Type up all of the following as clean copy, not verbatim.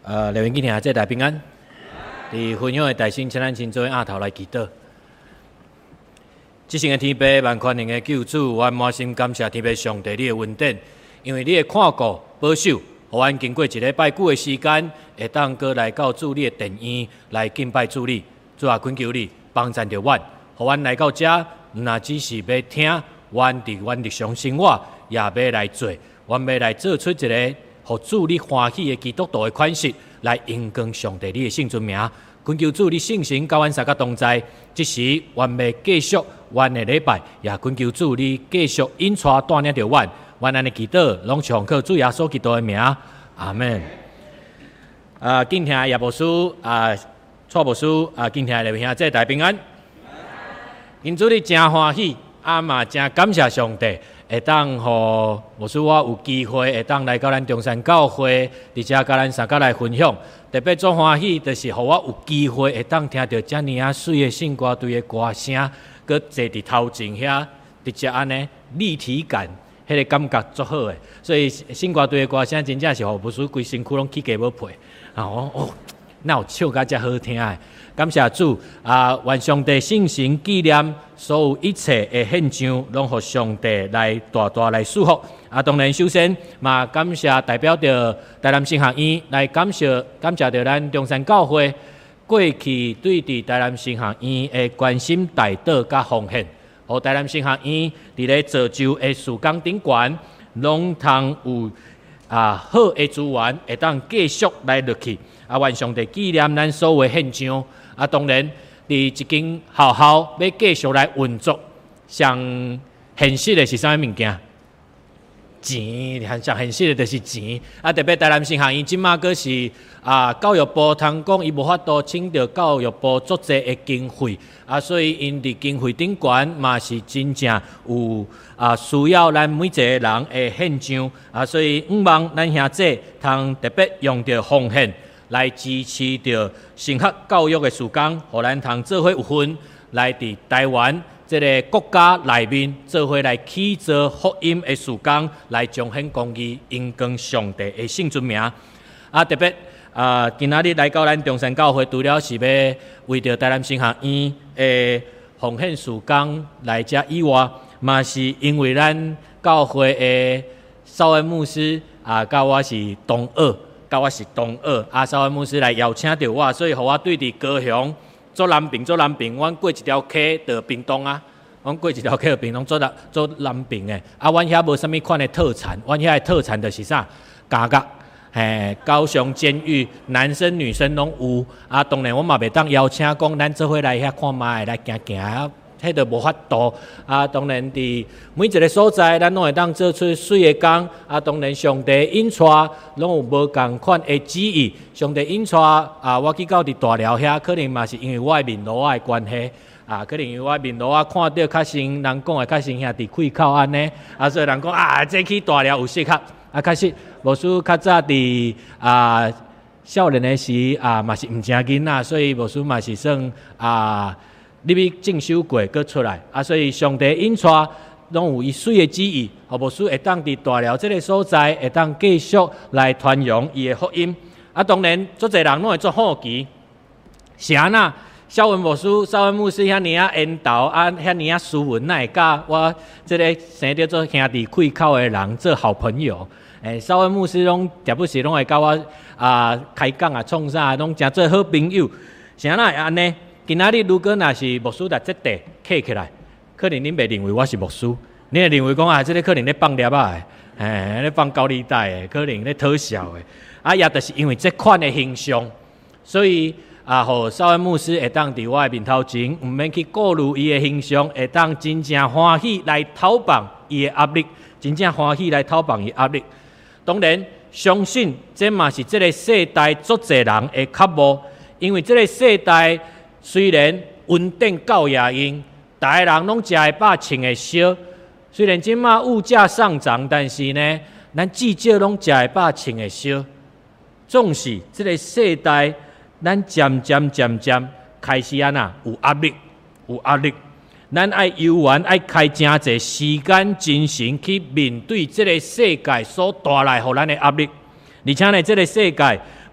列员今天这大平安，伫分享的大心，请咱先做额头来祈祷。即生的天父，万权能的救主，阮满心感谢天父上帝你的恩典，因为你的看顾保守，互阮经过一礼拜久的时间，会当过来到主你的殿院来敬拜主你。主啊，恳求你帮助着阮，互阮来到这，若只是要听，阮伫阮日常生活也要来做，阮要来做出一个。互主你欢喜的基督徒的款式，来荣光上帝你的圣尊名。恳求主你圣神甲阮三个同在。即时，阮要继续阮的礼拜，也恳求主你继续引带带领着阮。阮安尼祈祷，拢唱靠主耶稣基督的名。阿门。敬听耶牧师蔡牧师敬听列兄这大平安。因主你真欢喜，嘛真感谢上帝。会当互牧师我有机会会当来到咱中山教会，伫遮甲咱三个来分享。特别最欢喜，就是互我有机会会当听到遮尔水的圣歌队的歌声，佮坐伫头前遐，伫遮安尼立体感，迄个感觉足好诶。所以圣歌队的歌声真正是互牧师规身躯拢起价要配。哪有唱甲遮好听诶？感谢主愿上帝圣神纪念所有一切的献上，拢互上帝来大大来祝福。当然首先嘛，感谢代表着台南神学院来感谢着咱中山教会过去对伫台南神学院的关心代祷甲奉献，互台南神学院伫咧造就的事工顶悬，拢通有好的资源，会当继续来落去。愿上帝纪念咱所有的献上。当然，伫一间学校要继续来运作，上现实的是啥物物件？钱，上现实的就是钱。特别台南神学院即马阁是教育部通讲，伊无法度请到教育部足济的经费，所以因伫经费顶悬嘛是真正有需要咱每一个人的献上。所以望咱兄弟通特别用着奉献。来支持着升学教育的事工，互咱通做伙有份来伫台湾这个国家内面做伙来起做福音的事工，来彰显公义、荣光上帝的圣尊名。特别今仔日来到咱中山教会，除了是要为着台南神学院的奉献事工来遮以外，嘛是因为咱教会的少恩牧师甲我是同学。我是同学，少安牧师来邀请着我，所以互我对伫高雄做南平，阮过一条溪到屏东阮过一条溪到屏东做南平的。阮遐无啥物款的特产，阮遐的特产就是啥？加角，高雄监狱男生女生拢有。当然我嘛袂当邀请讲，咱做伙来遐看卖，来行行。迄就无法度当然伫每一个所在，咱拢会当做出水的工。当然上帝引带拢有无共款的旨意。上帝引带我去到伫大寮遐，可能嘛是因为我的面路的关系。可能因为我面路看到较先人讲的较先兄弟开口安尼。所以人讲这去大寮有适合。确实牧师较早伫少年的时嘛是毋正囡仔，所以牧师嘛是算你要进修过，搁出来所以上帝引带拢有伊水的旨意，互牧师会当伫大寮这个所在，会当继续来传扬伊的福音。当然，足侪人拢会做好奇，是安那？少恩牧师遐尔缘投遐尔斯文，哪会甲我这个生着做兄弟开口的人做好朋友？少恩牧师拢特不是拢会甲我开讲创啥，拢诚做好朋友，是安那会安尼？今仔日如果若是牧师来这地客起来，可能恁袂认为我是牧师，恁会认为讲这个可能咧放猎仔的，咧放高利贷的，可能咧讨笑的，也就是因为这款的形象，所以互少恩牧师会当伫我的面头前，毋免去顾虑伊的形象，会当真正欢喜来讨放伊的压力，真正欢喜来讨放伊压力。当然，相信这嘛是这个世代足侪人的渴慕，因为这个世代。虽然稳定到野因，大个人拢食会饱穿会烧。虽然即马物价上涨，但是呢，咱至少拢食会饱穿会烧。总是即个世代，咱渐渐开始有压力。咱爱游玩，爱开诚侪时间、精神去面对即个世界所带来互咱的压力。而且呢，即个世界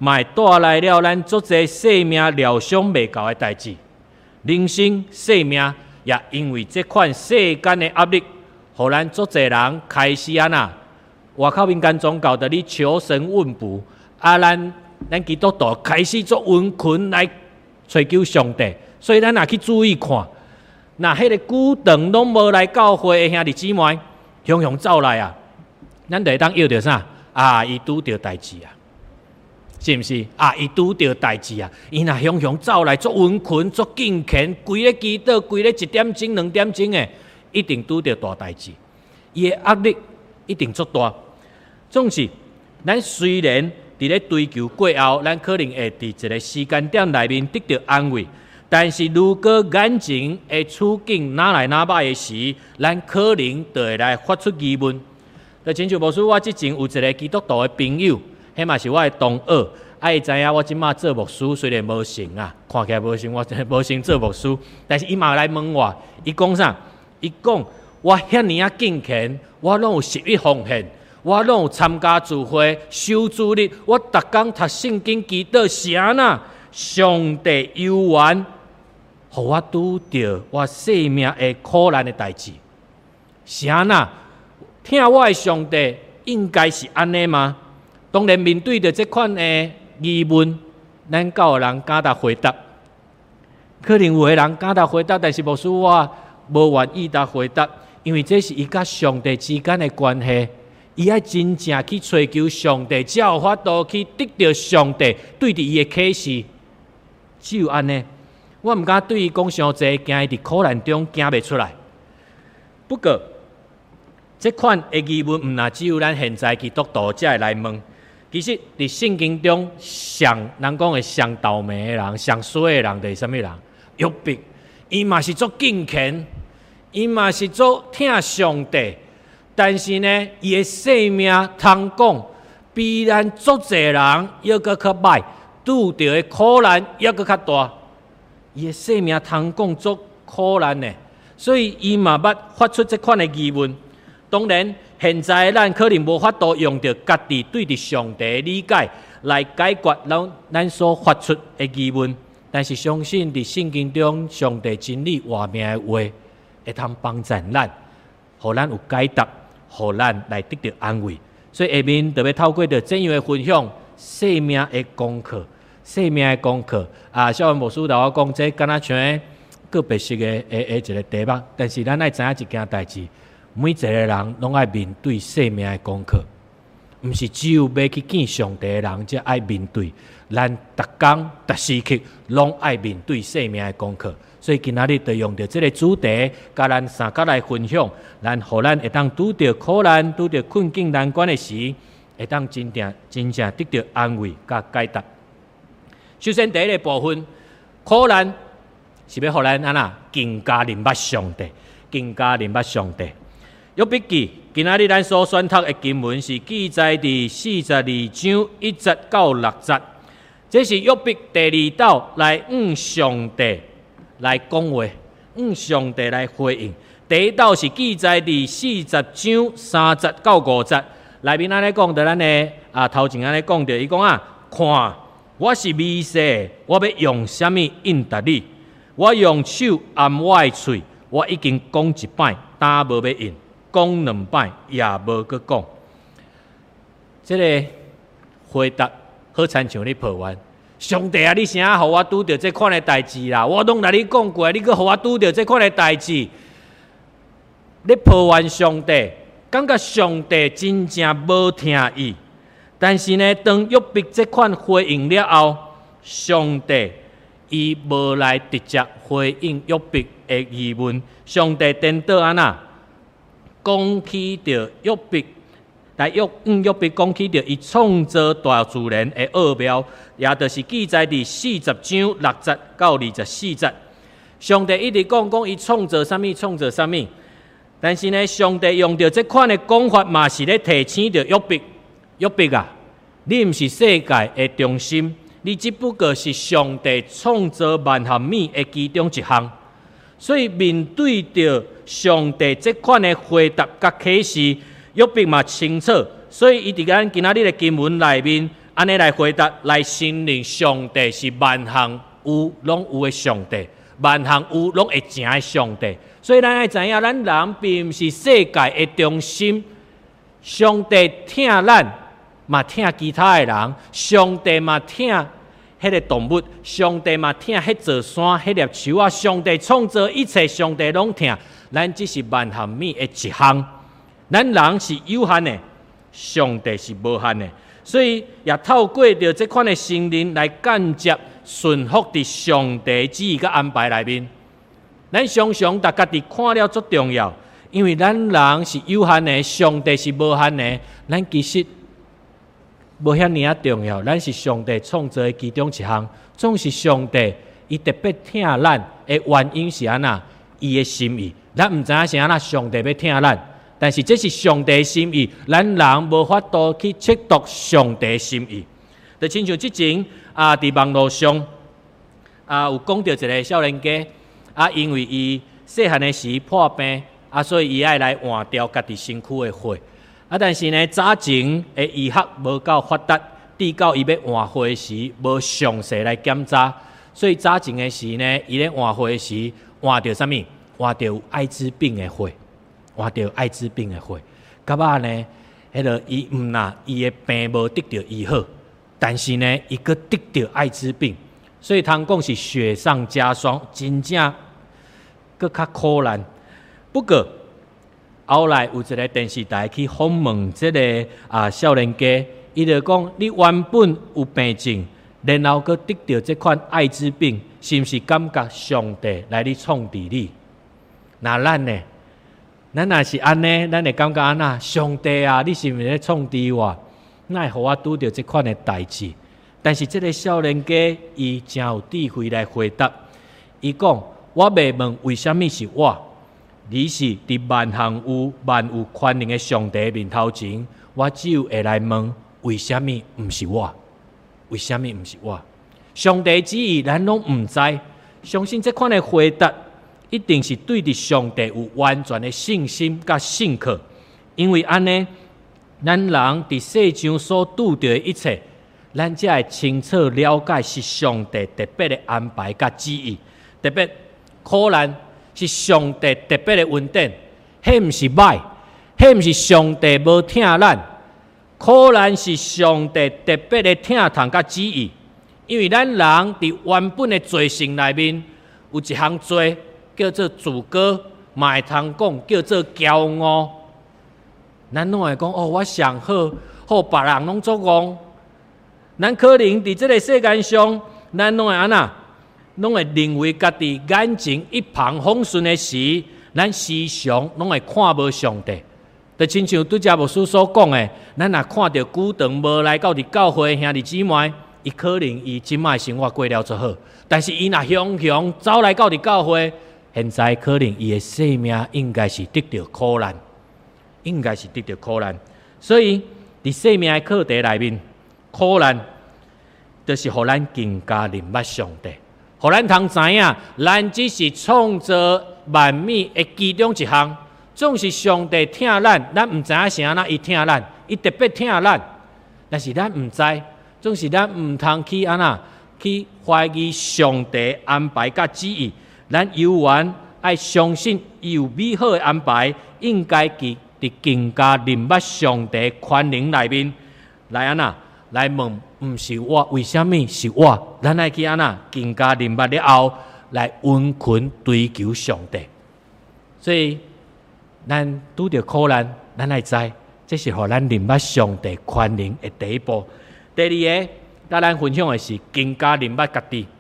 嘛会带来了咱足侪生命疗伤未到的代志，人生生命也因为这款世间的压力，互咱足侪人开始外口民间宗教的咧求神问卜，咱基督徒开始做温困来追求上帝，所以咱也去注意看，那迄个久长拢无来教会的兄弟姊妹，雄雄走来咱就会当约着啥伊拄着代志是毋是伊拄着代志伊若雄雄走来做温困做敬虔，规咧祈祷，规咧1点钟2点钟的，一定拄着大代志，伊的压力一定足大。总是咱虽然伫咧追求过后，咱可能会伫一个时间点内面得到安慰，但是如果眼前的处境哪来哪歹的时，咱可能就会来发出疑问。就亲像无说，我之前有一个基督徒的朋友，迄嘛是我的同学，伊知影我即马做牧师，虽然无成看起来无成，我无成做牧师，但是伊嘛来问我，伊讲啥？伊讲我遐尔敬虔，我拢有11奉献。我拢有参加聚会、守主日，我逐工读圣经、祈祷，是安那？上帝有缘，互我拄着我生命的苦难的代志，是安那？听我的上帝应该是安尼吗？当然，面对着这款的疑问，咱敢有人敢答回答？可能有的人敢答回答，但是牧师我无愿意答回答，因为这是伊甲上帝之间的关系。伊爱真正去追求上帝，才有法度去得到上帝对伫伊的启示。只有安尼，我毋敢对伊讲伤济，惊伊伫苦难中行袂出来。不过，这款的疑问毋若只有咱现在基督徒才会来问。其实，伫圣经中人讲的上倒霉的人、上衰的人，就是啥物人？约伯，伊嘛是做敬虔，伊嘛是做听上帝。但是呢，伊的生命通讲，比咱足侪人还阁较歹，拄着的苦难还阁较大。伊的生命通讲足苦难呢，所以伊嘛捌发出这款的疑问。当然，现在咱可能无法度用着家己对着上帝的理解来解决咱所发出的疑问，但是相信伫圣经中，上帝真理话命的话，会通帮助咱，互咱有解答。互咱来得到安慰，所以下面特别透过着怎样的分享生命的功课，生命的功课小文牧师同我讲，这敢若像个别式的一个题目，但是咱爱知影一件代志，每一个人拢爱面对生命的功课，毋是只有要去见上帝的人才爱面对，咱逐工逐时刻拢爱面对生命的功课。所以今仔日就用着这个主题，甲咱三角来分享，互咱会当拄着苦难、拄着困境难关的时，会当真正得到安慰甲解答。首先第一个部分，苦难是要互咱更加认捌上帝，更加认捌上帝。约伯记今仔日咱所选读的经文是记载伫42章1节到6节，这是约伯第2道来上帝。来讲话，上帝来回应。第一道是记载伫40章3节到5节，内面安尼讲着咱的头前安尼讲着，伊讲看我是微细，我要用什么应答你？我用手按我的喙，我已经讲一摆，但无要应；讲2摆，也无搁讲。这个回答好亲像你抱完。上帝你啥互我拄着这款的代志啦？我拢来你讲过，你搁互我拄着这款的代志，你抱怨上帝，感觉上帝真正无听伊。但是呢，当约伯这款回应了后，上帝伊无来直接回应约伯的疑问，上帝颠倒讲起着约伯。来约伯讲起着伊创造大自然的奥妙，也就是记载伫40章6节到24节。上帝一直讲伊创造啥物，创造啥物。但是呢，上帝用着这款的讲法，嘛是咧提醒着约伯。约伯你毋是世界的中心，你只不过是上帝创造万物的其中一项。所以面对着上帝这款的回答甲启示。约伯嘛清楚，所以伊伫咱今仔日的经文内面， 安尼来回答，来承认上帝是万项有拢有的上帝，万项有拢会成的上帝。所以咱要知影，咱人并毋是世界的中心。上帝疼咱，嘛疼其他的人；上帝嘛疼迄个动物，上帝嘛疼迄座山、迄粒树啊。上帝创造一切，上帝拢疼。咱只是万项米的一项。咱人是有限的，上帝是无限的。所以也透过着这款的承认来间接顺服伫上帝旨意甲安排内面。咱常常大家己看了足重要，因为咱人是有限的，上帝是无限的。咱其实无遐尔啊重要，咱是上帝创造的其中一项。总是上帝伊特别疼咱的原因是安那？伊的心意，咱毋知影是安那上帝要疼咱。但是这是上帝的心意，咱人无法度去测度上帝的心意。就亲像之前伫网络上有讲到一个少年家因为伊细汉的时破病所以伊爱来换掉家己身躯的血但是呢，早前的医学无够发达，直到伊要换血的时，无详细来检查，所以早前的时呢，伊咧换血的时换到啥物？换到艾滋病的血。换到艾滋病的血，到尾呢，迄个伊伊的病无得到医好，但是呢，伊阁得到艾滋病，所以通讲是雪上加霜，真正阁较苦难。不过后来有一个电视台去访问这个少年家，伊就讲：你原本有病症，然后阁得到这款艾滋病，是毋是感觉上帝来你创治你？那咱呢？咱若是安尼，咱会感觉安那？上帝啊，你是毋是咧创治我？哪会互我拄到这款的代志？但是这个少年家，伊真有智慧来回答。伊讲：我袂问为什么是我，你是伫万项有万有权能的上帝面头前，我只有会来问为什么毋是我？为什么毋是我？上帝旨意咱拢毋知，相信这款的回答。一定是对伫上帝有完全的信心甲信靠，因为安尼，咱人伫世上所拄到的一切，咱才会清楚了解是上帝特别的安排甲旨意。特别苦难是上帝特别的恩典，迄毋是歹，迄毋是上帝无疼咱。苦难是上帝特别的疼痛甲旨意，因为咱人伫原本的罪性内面有一项罪。叫做自高，嘛会通讲叫做骄傲。咱拢会讲我上好别人拢作戇。咱可能伫这个世界上，咱拢会安那，拢会认为家己眼前一帆风顺的时，咱时常拢会看无上帝。就亲像拄则牧师所讲的，咱若看到久长无来到伫教会兄弟姊妹，伊可能伊即摆生活过了最好，但是伊若雄雄走来到伫教会。现在可能伊的生命应该是得到苦难，所以伫生命的课题内面，苦难就是互咱更加认捌上帝，互咱通知影，咱只是创造万物的其中一项，总是上帝疼咱，咱毋知影是安那伊疼咱，伊特别疼咱，但是咱毋知，总是咱毋通去安那去怀疑上帝安排甲旨意。咱有缘爱相信有美好的安排，应该伫更加认捌上帝权能内面来安那来问，毋是我，为什么是我？咱爱去安那更加认捌了后，来温群追求上帝。所以咱拄着苦难，咱爱知，这是互咱认捌上帝权能的第一步。第二个，甲咱分享的是更加认捌家己，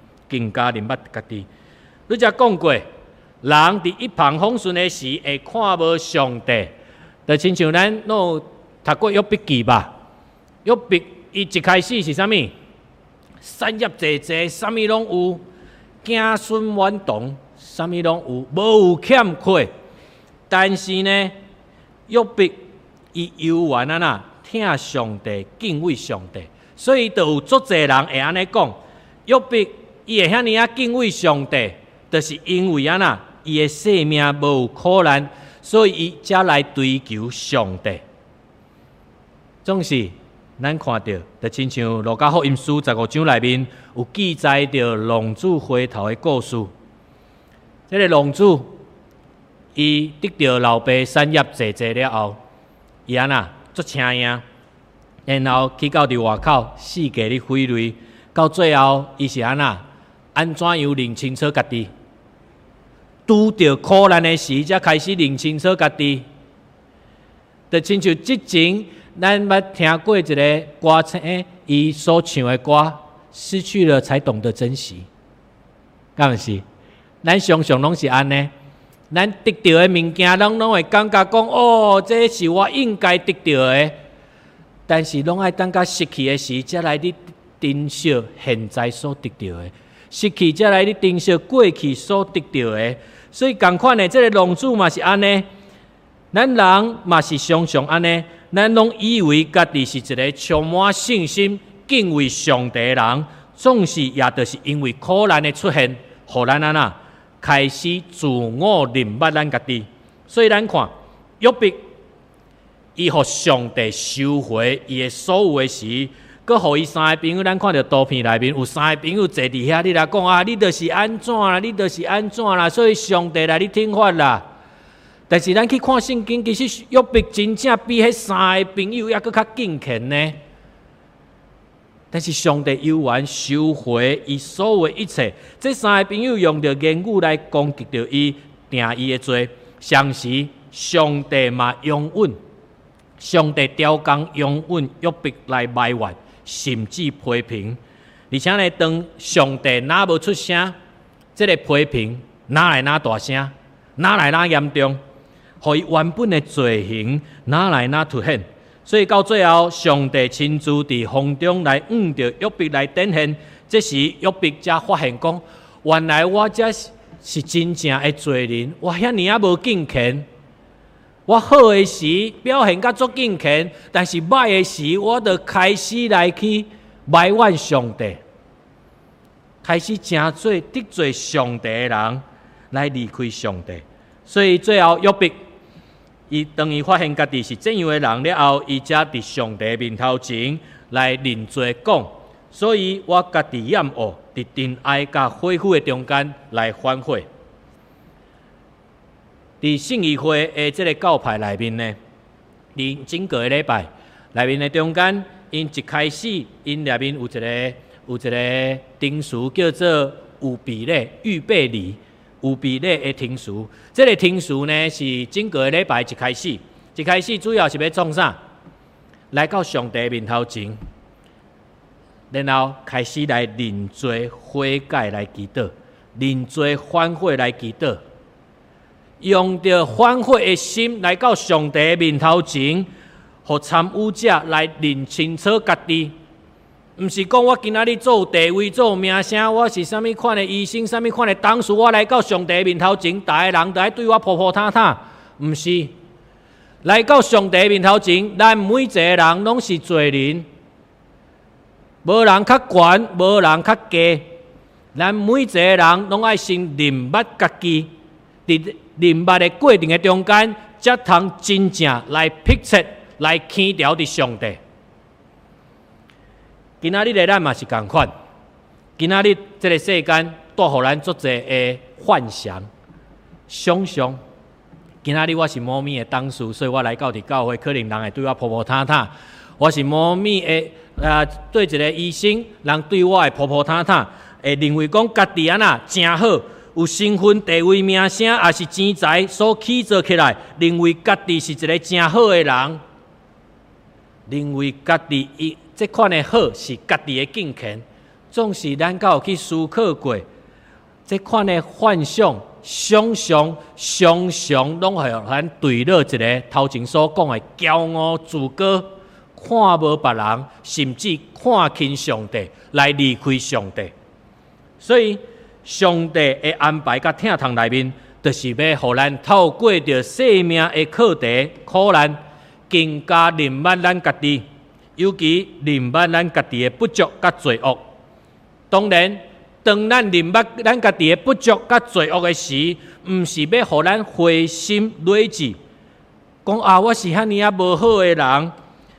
你才讲过，人伫一帆风顺的时会看无上帝，就亲像咱有读过约笔记吧？约笔伊一开始是啥物？产业济济，啥物拢有；子孙满堂，啥物拢有，无有欠缺。但是呢，约笔伊有缘啊呐，疼上帝，敬畏上帝，所以就有足侪人会安尼讲，约笔伊会遐尔敬畏上帝。就是因为安那，伊的生命无有苦难，所以伊才来追求上帝。总是咱看到，就亲像《路加福音书》15章内面有记载着浪子回头的故事。这个浪子，伊得到老爸产业济济了后，伊安那足请赢，然后去到伫外口四界咧挥泪，到最后伊是安怎样认清楚家己？拄着苦难的时，才开始认清楚家己。就亲像之前咱捌听过一个歌星，伊所唱的歌，失去了才懂得珍惜，敢毋是？咱常常拢是安尼，咱得到的物件，拢会感觉讲，哦，这是我应该得到的，但是拢爱等到失去的时，才来你珍惜现在所得到的，失去才来你珍惜过去所得到的。所以同款的，这个浪子嘛是安尼。咱人嘛是常常安尼，咱拢以为家己是一个充满信心、敬畏上帝的人，总是也就是因为苦难的出现，互咱开始自我认捌咱家己。所以咱看约伯，伊互上帝收回伊的所有的时，佮互伊三个朋友，咱看到图片内面有三个朋友坐伫遐，你来讲啊，你就是安怎啦，你就是安怎啦，所以上帝来你听法啦。但是咱去看圣经，其实约伯真正比迄三个朋友还佫较敬虔呢。但是上帝有缘收回伊所有的一切，这三个朋友用着言语来攻击着伊，定伊的罪。相时上帝嘛用稳，上帝调工用稳约伯来埋怨，甚至批评。而且呢，当上帝哪无出声，这个批评哪来哪大声，哪来哪严重。互伊原本的罪行哪来哪凸显，所以到最后，上帝亲自伫风中来着约伯来展现。这时约伯才发现讲，原来我才是真正的罪人，我遐尼无敬虔。我好的时表现甲足敬虔，但是歹的时，我就开始来去埋怨上帝，开始诚做得罪上帝的人，来离开上帝。所以最后约伯，伊当伊发现家己是这样的人了后，伊才伫上帝面头前来认罪讲，所以我家己厌恶，伫真爱甲恢复的中间来反悔。伫信义会的这个教派内面呢，伫整个的礼拜内面的中间，因一开始因内面有一个定词叫做预备礼。有比例的听词，这个听词呢是整个礼拜一开始主要是要创啥？来到上帝面头前，然后开始来认罪悔改来祈祷，认罪反悔来祈祷，用着反悔的心来到上帝面头前，互参与者来认清楚家己。毋是讲我今仔日做地位、做名声，我是啥物款的医生、啥物款的董事，我来到上帝面头前，逐个人都爱对我扑扑塌塌。毋是，来到上帝面头前，咱每一个人拢是罪人，无人较悬，无人较低。咱每一个人拢爱先认捌家己，伫认捌的过程的中间，才通真正来辟彻、来牵调伫上帝。今仔日的咱嘛是同款，今仔日这个世间带互咱足侪的幻想、想象。今仔日我是某咪的董事，所以我来到伫教会，可能人会对我扑扑塌塌。我是某咪的对一个医生，人对我会扑扑塌塌，会认为讲家己真好，有身份地位、名声，也是钱财所起造起来，认为家己是一个真好的人，认为家己这款的好是家己的敬虔，总是咱敢有去思考过？这款的幻想、想象，常常拢会让咱对落一个头前所讲的骄傲自高，看无别人，甚至看轻上帝，来离开上帝。所以，上帝的安排甲疼痛内面，就是要互咱透过着生命的课题、苦难，更加认捌咱家己。尤其认捌咱家己的不足甲罪恶。当然，当咱认捌咱家己的不足甲罪恶的时，毋是要互咱灰心累志，讲啊，我是遐尼无好的人，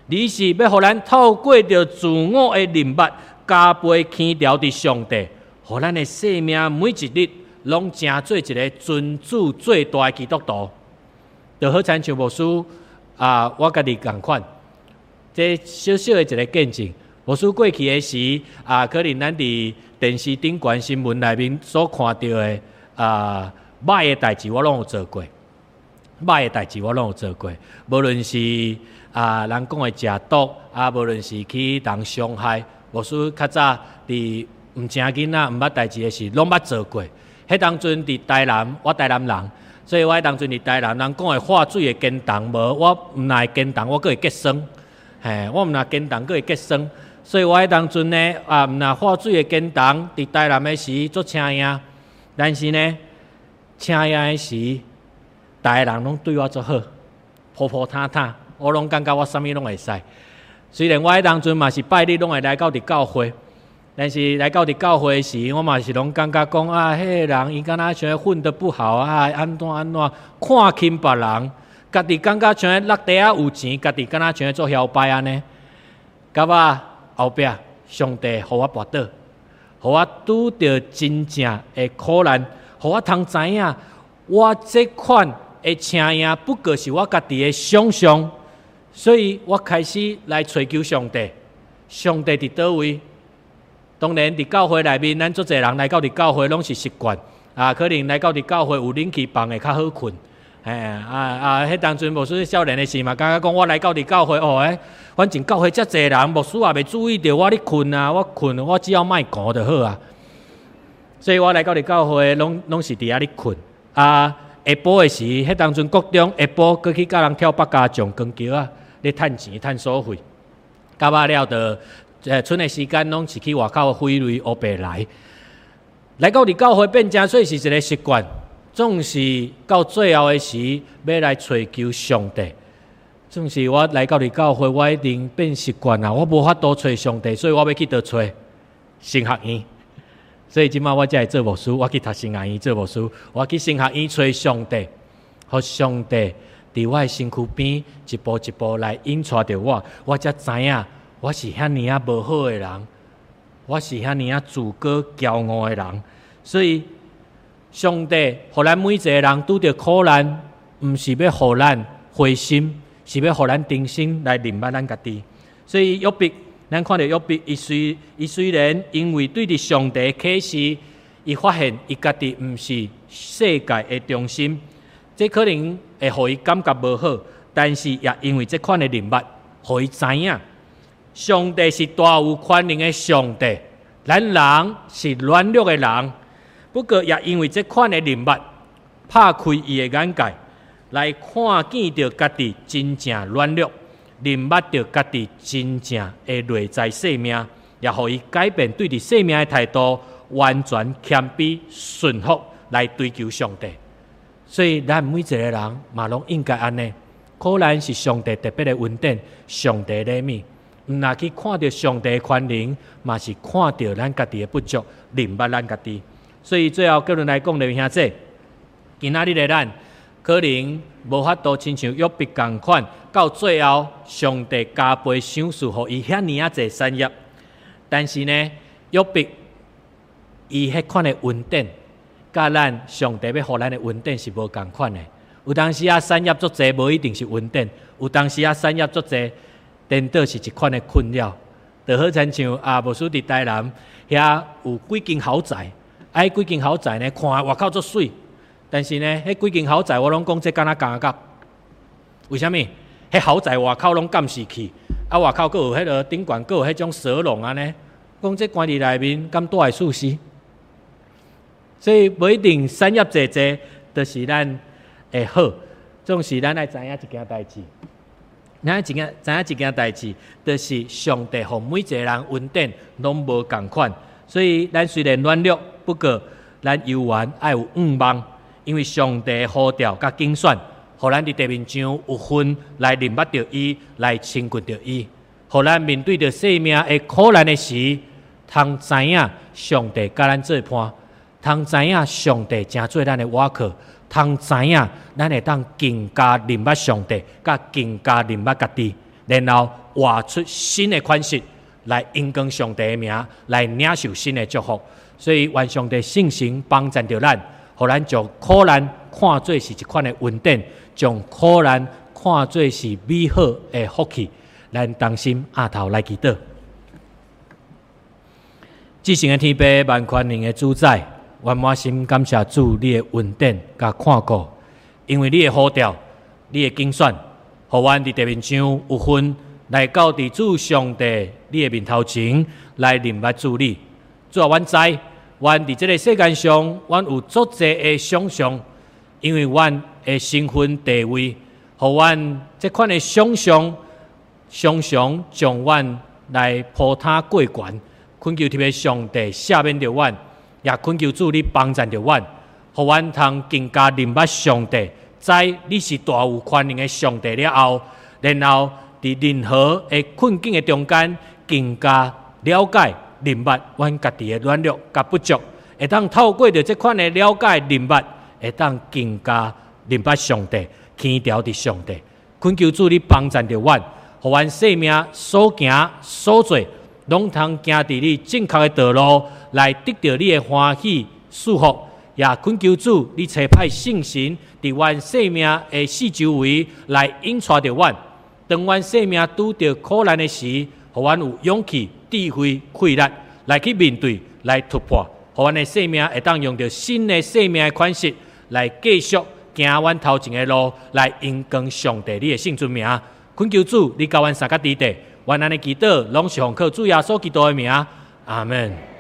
你是要互咱透过着自我的灵捌，加倍牵调伫上帝，互咱的生命每一日拢成做一个尊主最大的基督徒。就好亲像牧师我家己共款，这小小的一个见证。牧师过去的时可能咱伫电视顶悬新闻内面所看到的歹的代志，我拢有做过。歹的代志我拢有做过，无论是人讲的食毒无论是去人伤害，牧师较早伫毋正囡仔毋捌代志的事，拢捌做过。迄当阵伫台南，我台南人，所以我迄当阵伫台南，人讲的化水的坚冻无，我毋若会坚冻，我阁会结霜。我毋若坚冻，阁会结霜。所以我迄当阵呢，毋若化水的坚冻，伫台南的时做请营，但是呢，请营的时，逐个人拢对我足好，普普坦坦，我拢感觉我啥物拢会使。虽然我迄当阵嘛是拜日拢会来到伫教会，但是来到伫教会时，我嘛是拢感觉讲迄个人伊敢若像混得不好安怎，看轻别人，家己感觉像落地有钱，家己敢若像做摇摆安尼。到后壁，上帝互我跋倒，互我拄着真正的苦难，互我通知影，我这款的请营不过是我家己的想象，所以我开始来寻求上帝。上帝伫倒位？当然，伫教会内面，咱足侪人来到伫教会拢是习惯可能来到伫教会有冷气房会较好困。迄当阵牧师少年的时嘛，感觉讲我来到伫教会反正教会遮侪人，牧师也袂注意到我咧困我困，我只要莫讲就好啊。所以我来到伫教会，拢是伫遐咧困下晡的时，迄当阵国中下晡，过去甲人跳百家将光桥咧趁钱趁所费，到了就剩的时间拢是去外口飞雷乌白来到伫教会变成做是一个习惯。总是到最后的时，要来找求上帝。总是我来到伫教会，我一定变习惯啦。我无法度找上帝，所以我要去倒找神学院。所以即摆我才会做牧师，我去读神学院做牧师，我去神学院找上帝，互上帝伫我的身躯边一步一步来引带着我，我才知影我是遐尔无好的人，我是遐尔自高骄傲的人，所以。上帝，互咱每一个人拄着苦难，毋是要互咱灰心，是要互咱重新来认捌咱家己。所以约伯，咱看到约伯，伊虽然因为对着上帝启示，伊发现伊家己毋是世界的中心，这可能会互伊感觉无好，但是也因为这款的认捌，互伊知影，上帝是大有权能的上帝，咱人是软弱的人。不过，也因为这款的认捌，拍开伊的眼界，来看见着家己真正软弱，认捌着家己真正的内在生命，也互伊改变对伫生命的态度，完全谦卑顺服来追求上帝。所以，咱每一个人嘛，拢应该安尼。苦难是上帝特别的恩典，上帝的怜悯。毋若去看到上帝的权能，嘛是看到咱家己的不足，认捌咱家己。所以最后结论来讲，弟兄兄弟，今仔日的咱可能无法度亲像约伯共款，到最后上帝加倍赏赐予伊遐尔济产业。但是呢，约伯伊迄款的恩典，甲咱上帝要予咱的恩典是无共款的。有当时产业足济，无一定是恩典；有当时产业足济，颠倒是一款的困扰。就好亲像牧师伫台南遐有几间豪宅。几间豪宅呢，看外口足水，但是呢，迄几间豪宅我拢讲这敢若加甲。为什么？迄豪宅外口拢监视器，外口佫有迄个顶悬佫有迄种蛇笼安尼，讲这关伫内面敢带来舒适。所以无一定产业济济，就是咱会好。总是咱爱知影一件代志，咱知影一件代志，就是上帝互每一个人恩典拢无共款。所以，咱虽然软弱，不过咱犹原爱有仰望，因为上帝呼召甲竞选，互咱伫地面上有份来认捌着伊，来亲近着伊，互咱面对着生命的苦难的时，通知影上帝甲咱做伴，通知影上帝诚做咱的倚靠，通知影咱会当更加认捌上帝，甲更加认捌家己，然后活出新的款式，来荣光上帝的名，来领受新的祝福。所以，愿上帝圣神帮助着咱，互咱将苦难看作是一款的恩典，将苦难看作是美好的福气。咱同心压头来祈祷。至圣的天父，万权能的主宰，我满心感谢主你的恩典甲看顾，因为你的呼召，你的竞选，互阮伫地面上有份来到伫主上帝你的面头前来认捌主你。主啊，阮知，阮伫这个世界上，阮有足侪的想象，因为阮的身份地位，互阮这款的想象，常常将阮来扑他过悬。恳求特别上帝赦免着阮，也恳求主你帮助着阮，互阮通更加认捌上帝，知你是大有权能的上帝了后，然后伫任何的困境的中间，更加了解认捌阮家己的软弱甲不足，会当透过着这款的了解认捌，会当更加认捌上帝，牵调伫上帝。恳求主你帮助着阮，互阮生命所行所做，拢通行伫你正确的道路，来得到你的欢喜祝福。也恳求主，你差派圣神伫阮生命的四周围来引带着阮。当阮生命拄着苦难的时，互阮有勇气、智慧、气力来去面对、来突破，互阮的生命会当用着新的生命的款式来继续行阮头前的路，来荣光上帝你的圣尊名。恳求主，你教阮三甲地地。愿咱的祈祷，拢是奉靠主耶稣基督的名，阿门。